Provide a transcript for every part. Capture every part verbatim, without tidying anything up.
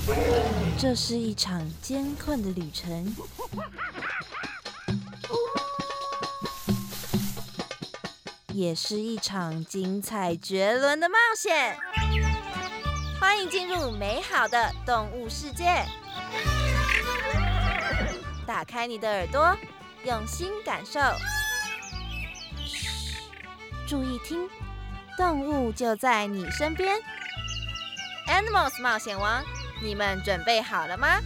这是一场艰困的旅程，也是一场精彩绝伦的冒险。欢迎进入美好的动物世界，打开你的耳朵，用心感受。嘘，注意听，动物就在你身边。Animals 冒险王，你们准备好了吗？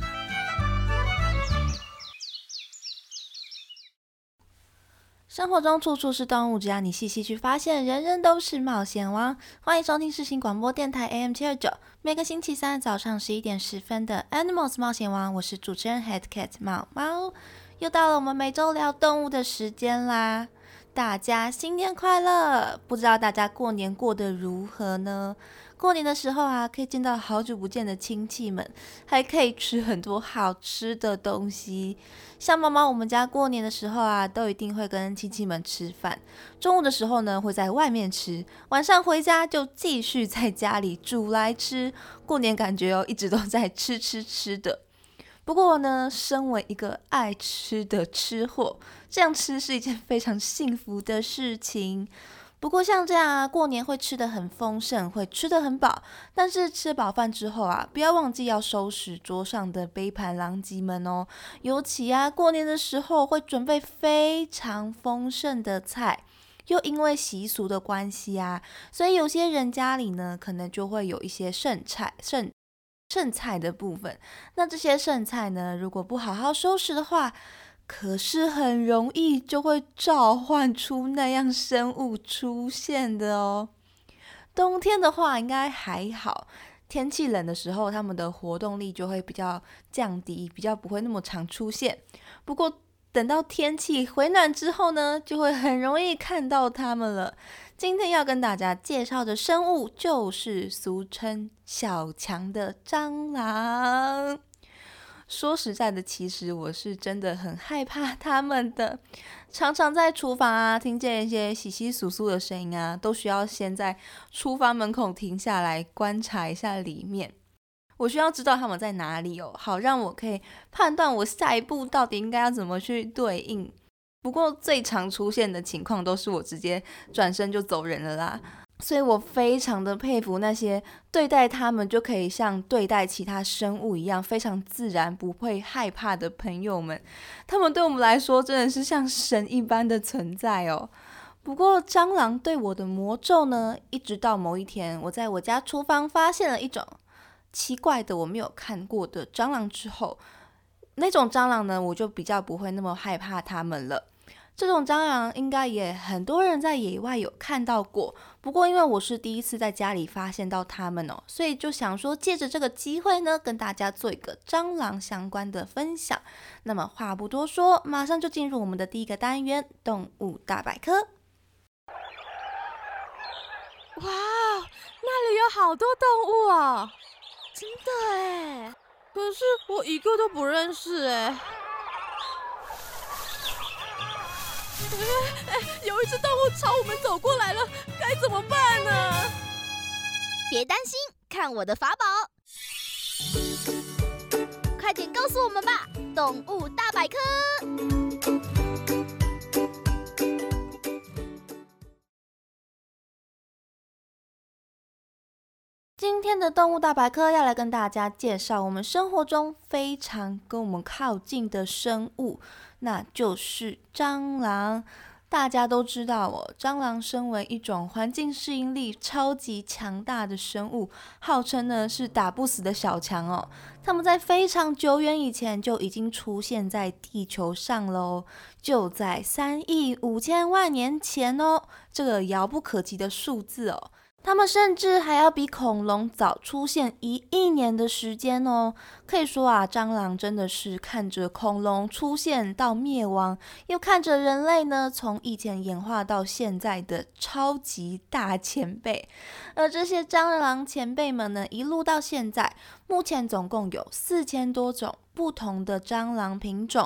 生活中处处是动物，只要你细细去发现，人人都是冒险王。欢迎收听世新广播电台 A M 七二九，每个星期三早上十一点十分的 Animals 冒险王，我是主持人 Head Cat 猫猫。又到了我们每周聊动物的时间啦！大家新年快乐！不知道大家过年过得如何呢？过年的时候啊，可以见到好久不见的亲戚们，还可以吃很多好吃的东西。像妈妈我们家过年的时候啊，都一定会跟亲戚们吃饭。中午的时候呢，会在外面吃，晚上回家就继续在家里煮来吃。过年感觉哦，一直都在吃吃吃的。不过呢，身为一个爱吃的吃货，这样吃是一件非常幸福的事情。不过像这样啊，过年会吃得很丰盛，会吃得很饱，但是吃饱饭之后啊，不要忘记要收拾桌上的杯盘狼藉们哦。尤其啊，过年的时候会准备非常丰盛的菜，又因为习俗的关系啊，所以有些人家里呢，可能就会有一些剩菜剩。剩菜的部分，那这些剩菜呢，如果不好好收拾的话，可是很容易就会召唤出那样生物出现的哦。冬天的话应该还好，天气冷的时候，它们的活动力就会比较降低，比较不会那么常出现。不过等到天气回暖之后呢，就会很容易看到它们了。今天要跟大家介绍的生物就是俗称小强的蟑螂。说实在的，其实我是真的很害怕它们的，常常在厨房啊听见一些窸窸窣窣的声音啊，都需要先在厨房门口停下来观察一下里面。我需要知道他们在哪里哦，好让我可以判断我下一步到底应该要怎么去对应。不过最常出现的情况都是我直接转身就走人了啦，所以我非常的佩服那些对待他们就可以像对待其他生物一样非常自然不会害怕的朋友们，他们对我们来说真的是像神一般的存在哦。不过蟑螂对我的魔咒呢，一直到某一天我在我家厨房发现了一种奇怪的我没有看过的蟑螂之后，那种蟑螂呢，我就比较不会那么害怕它们了。这种蟑螂应该也很多人在野外有看到过，不过因为我是第一次在家里发现到它们哦，所以就想说借着这个机会呢，跟大家做一个蟑螂相关的分享。那么话不多说，马上就进入我们的第一个单元——动物大百科。 哇，那里有好多动物哦！真的耶，可是我一个都不认识耶。哎哎，有一只动物朝我们走过来了，该怎么办呢？ 别担心，看我的法宝！快点告诉我们吧，动物大百科！ 今天的动物大百科要来跟大家介绍我们生活中非常跟我们靠近的生物，那就是蟑螂。大家都知道哦，蟑螂身为一种环境适应力超级强大的生物，号称呢是打不死的小强哦。它们在非常久远以前就已经出现在地球上喽，就在三亿五千万年前哦，这个遥不可及的数字哦。它们甚至还要比恐龙早出现一亿年的时间哦。可以说啊，蟑螂真的是看着恐龙出现到灭亡，又看着人类呢从以前演化到现在的超级大前辈。而这些蟑螂前辈们呢，一路到现在，目前总共有四千多种不同的蟑螂品种。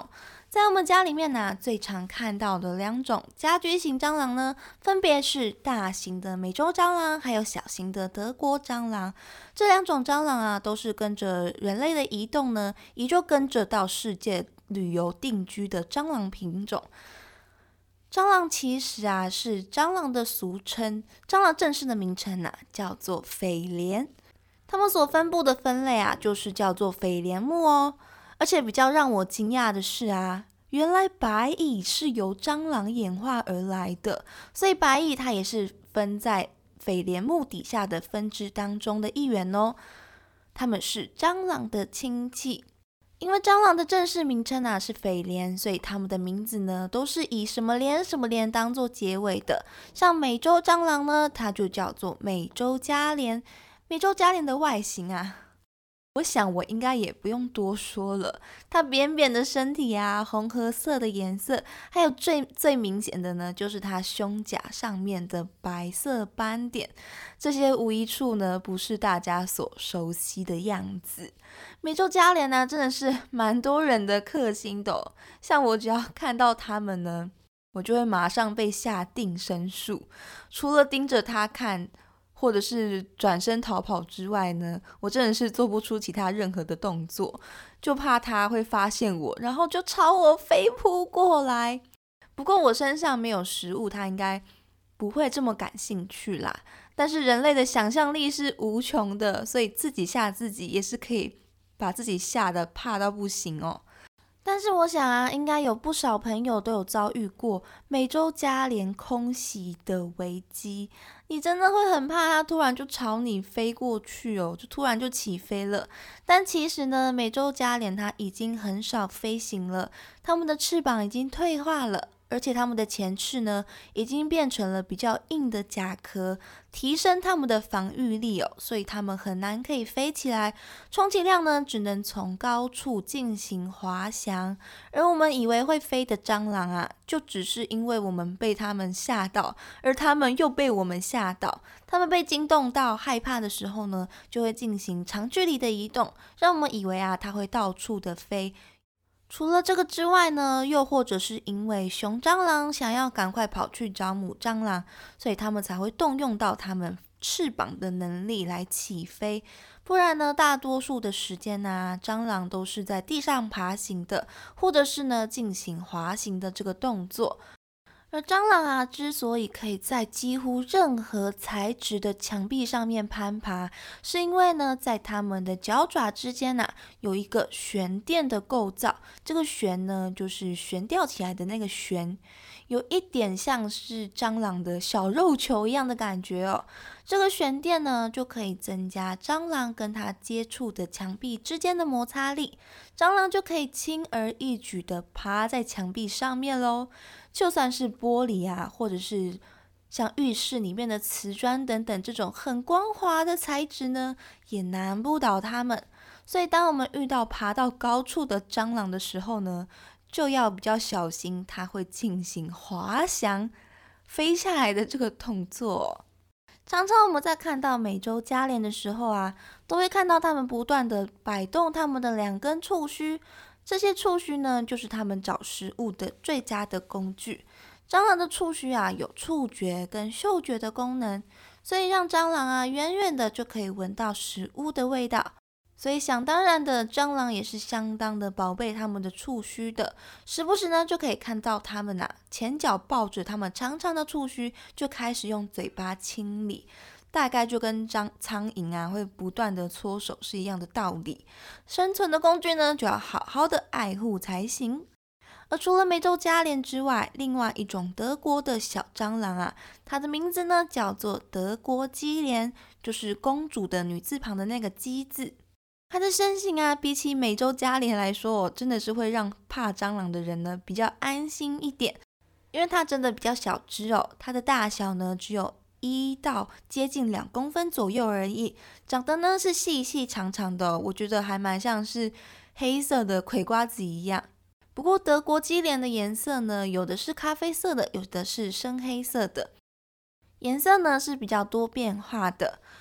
在我们家里面呢、啊，最常看到的两种家居型蟑螂呢，分别是大型的美洲蟑螂，还有小型的德国蟑螂。这两种蟑螂啊，都是跟着人类的移动呢，也就跟着到世界旅游定居的蟑螂品种。蟑螂其实啊是蟑螂的俗称，蟑螂正式的名称啊叫做蜚蠊。它们所分布的分类啊，就是叫做蜚蠊目哦。而且比较让我惊讶的是啊，原来白蚁是由蟑螂演化而来的，所以白蚁它也是分在蜚蠊目底下的分支当中的一员哦。它们是蟑螂的亲戚，因为蟑螂的正式名称啊是蜚蠊，所以它们的名字呢都是以什么蠊什么蠊当做结尾的。像美洲蟑螂呢，它就叫做美洲嘉蠊。美洲嘉蠊的外形啊，我想我应该也不用多说了，它扁扁的身体啊，红褐色的颜色，还有最最明显的呢，就是它胸甲上面的白色斑点，这些无一处呢不是大家所熟悉的样子。美洲嘉蠊呢，真的是蛮多人的克星的哦，像我只要看到它们呢，我就会马上被下定身术，除了盯着它看或者是转身逃跑之外呢，我真的是做不出其他任何的动作，就怕它会发现我，然后就朝我飞扑过来。不过我身上没有食物，它应该不会这么感兴趣啦。但是人类的想象力是无穷的，所以自己吓自己也是可以把自己吓得怕到不行哦。但是我想啊，应该有不少朋友都有遭遇过美洲嘉蠊空袭的危机，你真的会很怕它突然就朝你飞过去哦，就突然就起飞了。但其实呢，美洲嘉蠊它已经很少飞行了，它们的翅膀已经退化了，而且它们的前翅呢，已经变成了比较硬的甲壳，提升它们的防御力哦，所以它们很难可以飞起来，充其量呢，只能从高处进行滑翔。而我们以为会飞的蟑螂啊，就只是因为我们被它们吓到，而它们又被我们吓到，它们被惊动到害怕的时候呢，就会进行长距离的移动，让我们以为啊，它会到处的飞。除了这个之外呢，又或者是因为雄蟑螂想要赶快跑去找母蟑螂，所以他们才会动用到他们翅膀的能力来起飞。不然呢，大多数的时间啊，蟑螂都是在地上爬行的，或者是呢进行滑行的这个动作。而蟑螂啊，之所以可以在几乎任何材质的墙壁上面攀爬，是因为呢，在它们的脚爪之间啊，有一个悬垫的构造。这个悬呢，就是悬吊起来的那个悬，有一点像是蟑螂的小肉球一样的感觉哦。这个悬垫呢，就可以增加蟑螂跟它接触的墙壁之间的摩擦力，蟑螂就可以轻而易举的爬在墙壁上面咯。就算是玻璃啊，或者是像浴室里面的瓷砖等等这种很光滑的材质呢，也难不倒它们。所以当我们遇到爬到高处的蟑螂的时候呢，就要比较小心，它会进行滑翔飞下来的这个动作。常常我们在看到美洲嘉蠊的时候啊，都会看到它们不断的摆动它们的两根触须，这些触须呢，就是它们找食物的最佳的工具。蟑螂的触须啊，有触觉跟嗅觉的功能，所以让蟑螂啊远远的就可以闻到食物的味道。所以想当然的，蟑螂也是相当的宝贝它们的触须的，时不时呢就可以看到它们啊前脚抱着它们长长的触须，就开始用嘴巴清理。大概就跟苍蝇啊会不断的搓手是一样的道理。生存的工具呢，就要好好的爱护才行。而除了美洲嘉蠊之外，另外一种德国的小蟑螂啊，它的名字呢叫做德国基蠊，就是公主的女字旁的那个基字。它的身形啊，比起美洲嘉蠊来说，真的是会让怕蟑螂的人呢比较安心一点，因为它真的比较小只哦，它的大小呢只有一到接近两公分左右而已，长得呢是细细长长的哦，我觉得还蛮像是黑色的葵瓜子一样。不过德国基蠊的颜色呢，有的是咖啡色的，有的是深黑色的，颜色呢是比较多变化的。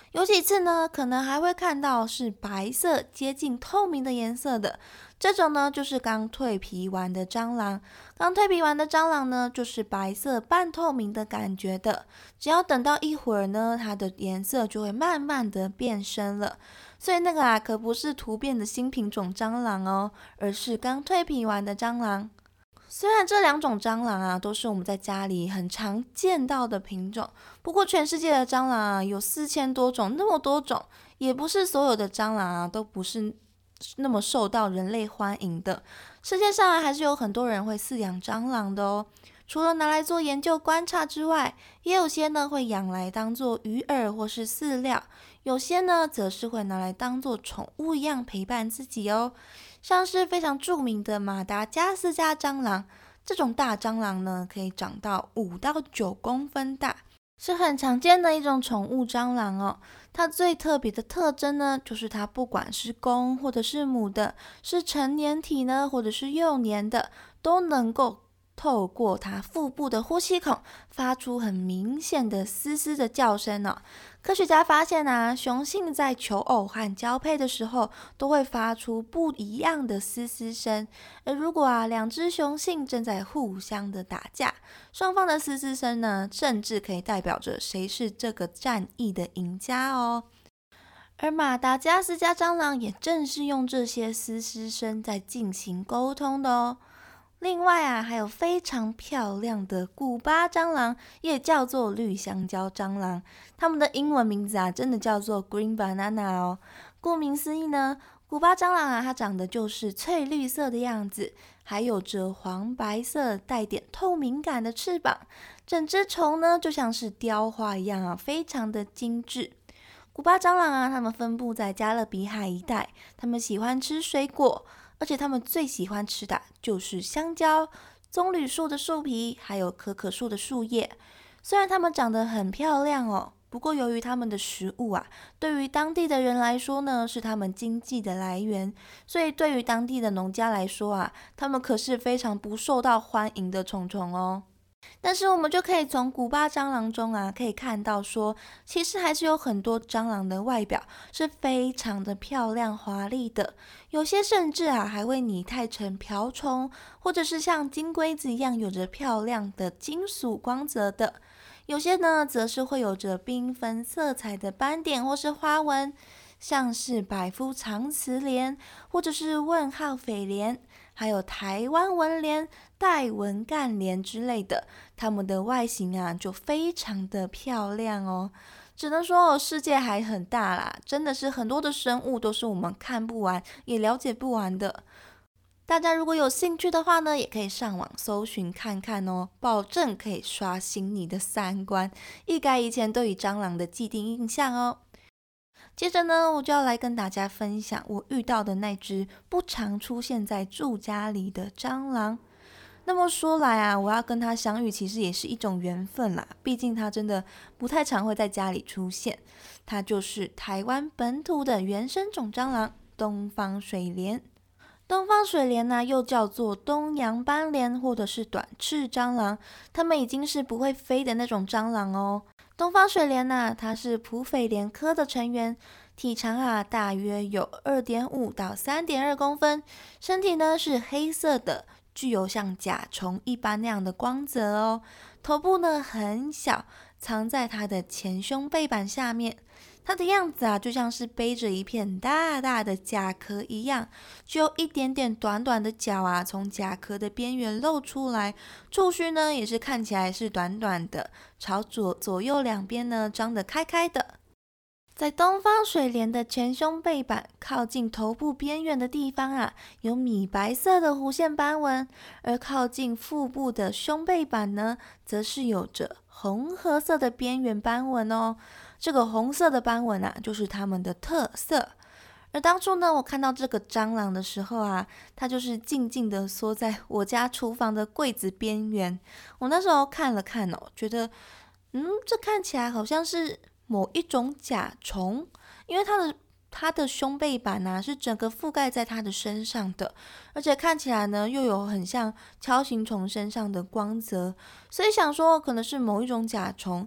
有几次呢，可能还会看到是白色接近透明的颜色的，这种呢就是刚蜕皮完的蟑螂。刚蜕皮完的蟑螂呢，就是白色半透明的感觉的，只要等到一会儿呢，它的颜色就会慢慢的变深了。所以那个啊，可不是突变的新品种蟑螂哦，而是刚蜕皮完的蟑螂。虽然这两种蟑螂啊，都是我们在家里很常见到的品种，不过全世界的蟑螂啊有四千多种，那么多种，也不是所有的蟑螂啊都不是那么受到人类欢迎的。世界上啊还是有很多人会饲养蟑螂的哦。除了拿来做研究观察之外，也有些呢会养来当做鱼饵或是饲料，有些呢则是会拿来当做宠物一样陪伴自己哦。像是非常著名的马达加斯加蟑螂，这种大蟑螂呢可以长到五到九公分大，是很常见的一种宠物蟑螂哦。它最特别的特征呢，就是它不管是公或者是母的，是成年体呢或者是幼年的，都能够透过它腹部的呼吸孔发出很明显的嘶嘶的叫声哦。科学家发现啊，雄性在求偶和交配的时候都会发出不一样的嘶嘶声，而如果啊两只雄性正在互相的打架，双方的嘶嘶声呢，甚至可以代表着谁是这个战役的赢家哦。而马达加斯加蟑螂也正是用这些嘶嘶声在进行沟通的哦。另外啊，还有非常漂亮的古巴蟑螂，也叫做绿香蕉蟑螂。它们的英文名字啊，真的叫做 Green Banana 哦。顾名思义呢，古巴蟑螂啊，它长得就是翠绿色的样子，还有着黄白色带点透明感的翅膀。整只虫呢，就像是雕花一样啊，非常的精致。古巴蟑螂啊，它们分布在加勒比海一带，它们喜欢吃水果。而且它们最喜欢吃的就是香蕉、棕榈树的树皮，还有可可树的树叶。虽然它们长得很漂亮哦，不过由于它们的食物啊，对于当地的人来说呢，是他们经济的来源，所以对于当地的农家来说啊，它们可是非常不受到欢迎的虫虫哦。但是我们就可以从古巴蟑螂中啊，可以看到说，其实还是有很多蟑螂的外表是非常的漂亮华丽的，有些甚至啊还会拟态成瓢虫，或者是像金龟子一样有着漂亮的金属光泽的，有些呢则是会有着缤纷色彩的斑点或是花纹，像是百夫长雌莲，或者是问号蜚莲，还有台湾文莲、带纹干莲之类的，它们的外形啊就非常的漂亮哦。只能说哦，世界还很大啦，真的是很多的生物都是我们看不完也了解不完的。大家如果有兴趣的话呢，也可以上网搜寻看看哦，保证可以刷新你的三观，一改以前对于蟑螂的既定印象哦。接着呢，我就要来跟大家分享我遇到的那只不常出现在住家里的蟑螂。那么说来啊，我要跟它相遇其实也是一种缘分啦，毕竟它真的不太常会在家里出现。它就是台湾本土的原生种蟑螂东方水莲。东方水莲呢、啊，又叫做东洋斑莲或者是短翅蟑螂，它们已经是不会飞的那种蟑螂哦。东方水莲呢、啊，它是蒲蜚莲科的成员，体长啊大约有 二点五到三点二公分，身体呢是黑色的，具有像甲虫一般那样的光泽哦。头部呢很小，藏在它的前胸背板下面。它的样子啊，就像是背着一片大大的甲壳一样，只有一点点短短的角啊，从甲壳的边缘露出来。触须呢，也是看起来是短短的，朝左左右两边呢张得开开的。在东方水莲的前胸背板靠近头部边缘的地方啊，有米白色的弧线斑纹，而靠近腹部的胸背板呢，则是有着红褐色的边缘斑纹哦。这个红色的斑纹啊，就是它们的特色。而当初呢，我看到这个蟑螂的时候啊，它就是静静的缩在我家厨房的柜子边缘。我那时候看了看哦，觉得，嗯，这看起来好像是某一种甲虫，因为它的它的胸背板啊是整个覆盖在它的身上的，而且看起来呢又有很像锹形虫身上的光泽，所以想说可能是某一种甲虫。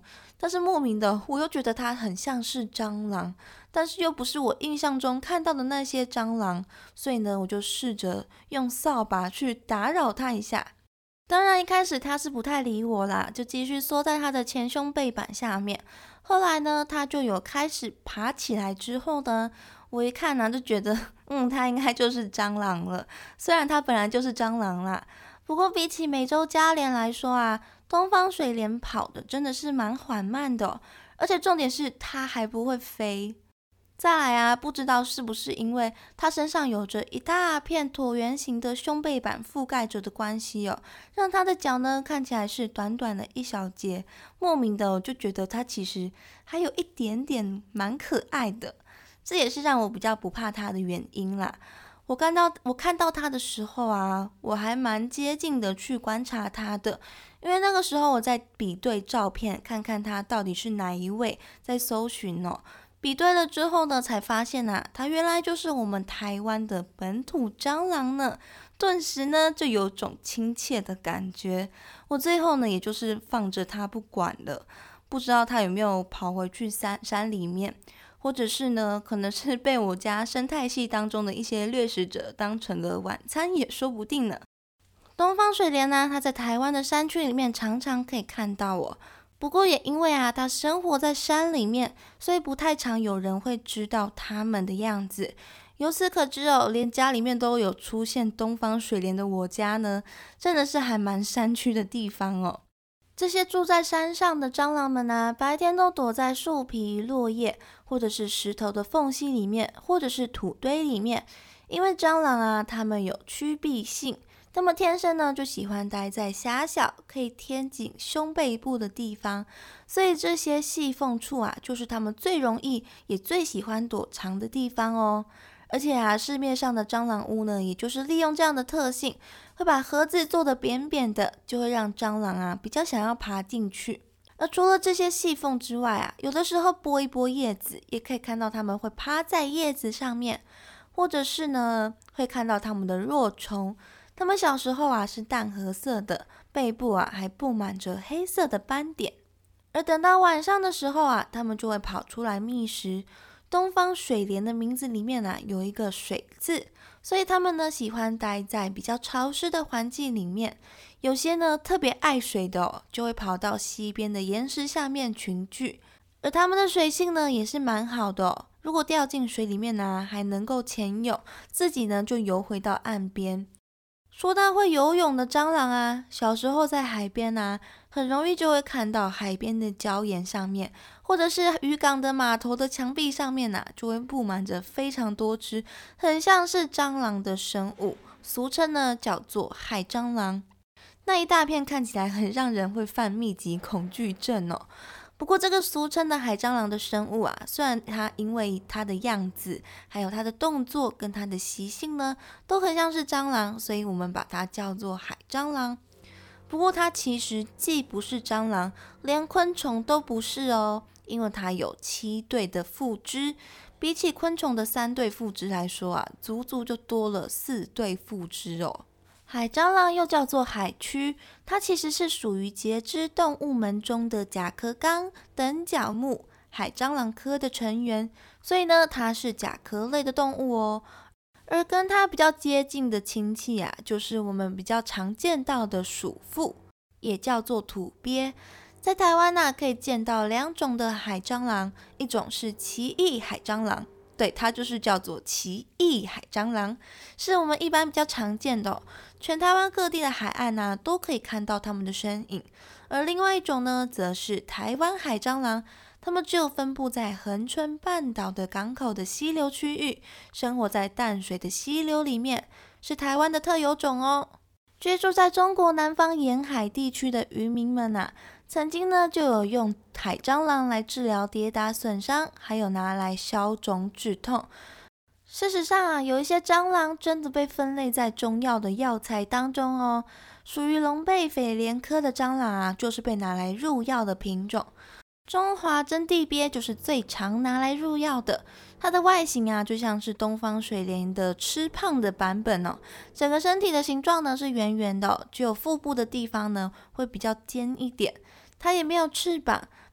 但是莫名的我又觉得它很像是蟑螂，但是又不是我印象中看到的那些蟑螂，所以呢我就试着用扫把去打扰它一下。当然一开始它是不太理我啦，就继续缩在它的前胸背板下面。后来呢它就有开始爬起来之后呢，我一看呢、啊、就觉得嗯它应该就是蟑螂了，虽然它本来就是蟑螂啦，不过比起美洲嘉莲来说啊，东方水莲跑的真的是蛮缓慢的、哦，而且重点是它还不会飞。再来啊，不知道是不是因为它身上有着一大片椭圆形的胸背板覆盖着的关系哦，让它的脚呢看起来是短短的一小节，莫名的我就觉得它其实还有一点点蛮可爱的，这也是让我比较不怕它的原因啦。我看到我看到它的时候啊，我还蛮接近的去观察它的，因为那个时候我在比对照片，看看它到底是哪一位，在搜寻哦。比对了之后呢，才发现啊，它原来就是我们台湾的本土蟑螂呢。顿时呢，就有种亲切的感觉。我最后呢，也就是放着它不管了，不知道它有没有跑回去山山里面，或者是呢，可能是被我家生态系当中的一些掠食者当成了晚餐也说不定呢。东方水莲呢，它在台湾的山区里面常常可以看到哦。不过也因为啊，它生活在山里面，所以不太常有人会知道它们的样子。由此可知哦，连家里面都有出现东方水莲的我家呢，真的是还蛮山区的地方哦。这些住在山上的蟑螂们啊，白天都躲在树皮、落叶，或者是石头的缝隙里面，或者是土堆里面。因为蟑螂啊，它们有趋避性。它们天生呢就喜欢待在狭小可以贴紧胸背部的地方，所以这些细缝处啊，就是它们最容易也最喜欢躲藏的地方哦。而且啊，市面上的蟑螂屋呢，也就是利用这样的特性，会把盒子做得扁扁的，就会让蟑螂啊比较想要爬进去。而除了这些细缝之外啊，有的时候拨一拨叶子，也可以看到它们会趴在叶子上面，或者是呢会看到它们的若虫。它们小时候啊是淡褐色的，背部啊还布满着黑色的斑点，而等到晚上的时候啊，它们就会跑出来觅食。东方水莲的名字里面啊有一个水字，所以它们呢喜欢待在比较潮湿的环境里面。有些呢特别爱水的哦，就会跑到溪边的岩石下面群聚。而它们的水性呢也是蛮好的哦，如果掉进水里面呢，还能够潜泳，自己呢就游回到岸边。说到会游泳的蟑螂啊，小时候在海边啊，很容易就会看到海边的礁岩上面，或者是渔港的码头的墙壁上面啊，就会布满着非常多只很像是蟑螂的生物，俗称呢叫做海蟑螂。那一大片看起来很让人会犯密集恐惧症哦。不过这个俗称的海蟑螂的生物啊，虽然它因为它的样子，还有它的动作跟它的习性呢，都很像是蟑螂，所以我们把它叫做海蟑螂。不过它其实既不是蟑螂，连昆虫都不是哦，因为它有七对的附肢，比起昆虫的三对附肢来说啊，足足就多了四对附肢哦。海蟑螂又叫做海蛆，它其实是属于节肢动物门中的甲壳纲等角目海蟑螂科的成员，所以呢，它是甲壳类的动物哦。而跟它比较接近的亲戚啊，就是我们比较常见到的鼠妇，也叫做土鳖。在台湾呢、啊，可以见到两种的海蟑螂，一种是奇异海蟑螂。对，它就是叫做奇异海蟑螂，是我们一般比较常见的、哦，全台湾各地的海岸啊都可以看到它们的身影。而另外一种呢，则是台湾海蟑螂，它们只有分布在恒春半岛的港口的溪流区域，生活在淡水的溪流里面，是台湾的特有种哦。居住在中国南方沿海地区的渔民们啊，曾经呢就有用海蟑螂来治疗跌打损伤，还有拿来消肿止痛。事实上啊，有一些蟑螂真的被分类在中药的药材当中哦，属于龙背蜚蠊科的蟑螂啊，就是被拿来入药的品种。中华真地鳖就是最常拿来入药的，它的外形啊就像是东方水莲的吃胖的版本哦，整个身体的形状呢是圆圆的、哦，只有腹部的地方呢会比较尖一点。它也没有翅膀，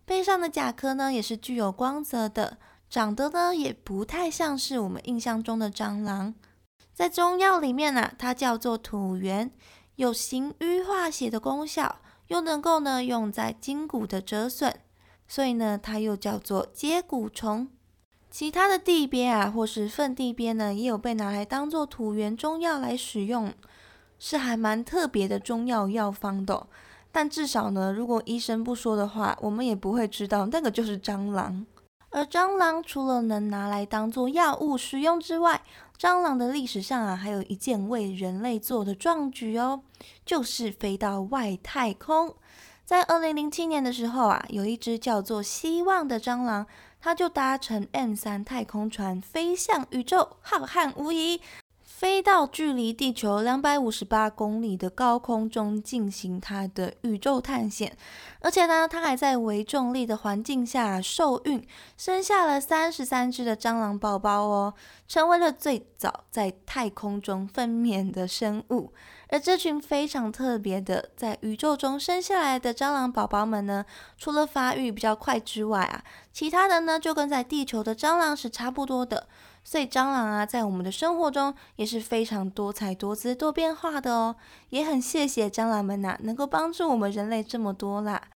背上的甲壳呢也是具有光泽的，长得呢也不太像是我们印象中的蟑螂。在中药里面啊，它叫做土元，有行瘀化血的功效，又能够呢用在筋骨的折损，所以呢它又叫做接骨虫。其他的地鳖啊或是粪地鳖呢，也有被拿来当做土元中药来使用，是还蛮特别的中药药方的哦。但至少呢，如果医生不说的话，我们也不会知道那个就是蟑螂。而蟑螂除了能拿来当做药物使用之外，蟑螂的历史上啊，还有一件为人类做的壮举哦，就是飞到外太空。在二零零七年的时候啊，有一只叫做希望的蟑螂，它就搭乘 M 三 太空船飞向宇宙，浩瀚无疑，飞到距离地球两百五十八公里的高空中进行它的宇宙探险。而且呢，它还在微重力的环境下受孕，生下了三十三只的蟑螂宝宝哦，成为了最早在太空中分娩的生物。而这群非常特别的在宇宙中生下来的蟑螂宝宝们呢，除了发育比较快之外啊，其他的呢就跟在地球的蟑螂是差不多的。所以蟑螂啊，在我们的生活中也是非常多彩多姿多变化的哦。也很谢谢蟑螂们啊，能够帮助我们人类这么多啦。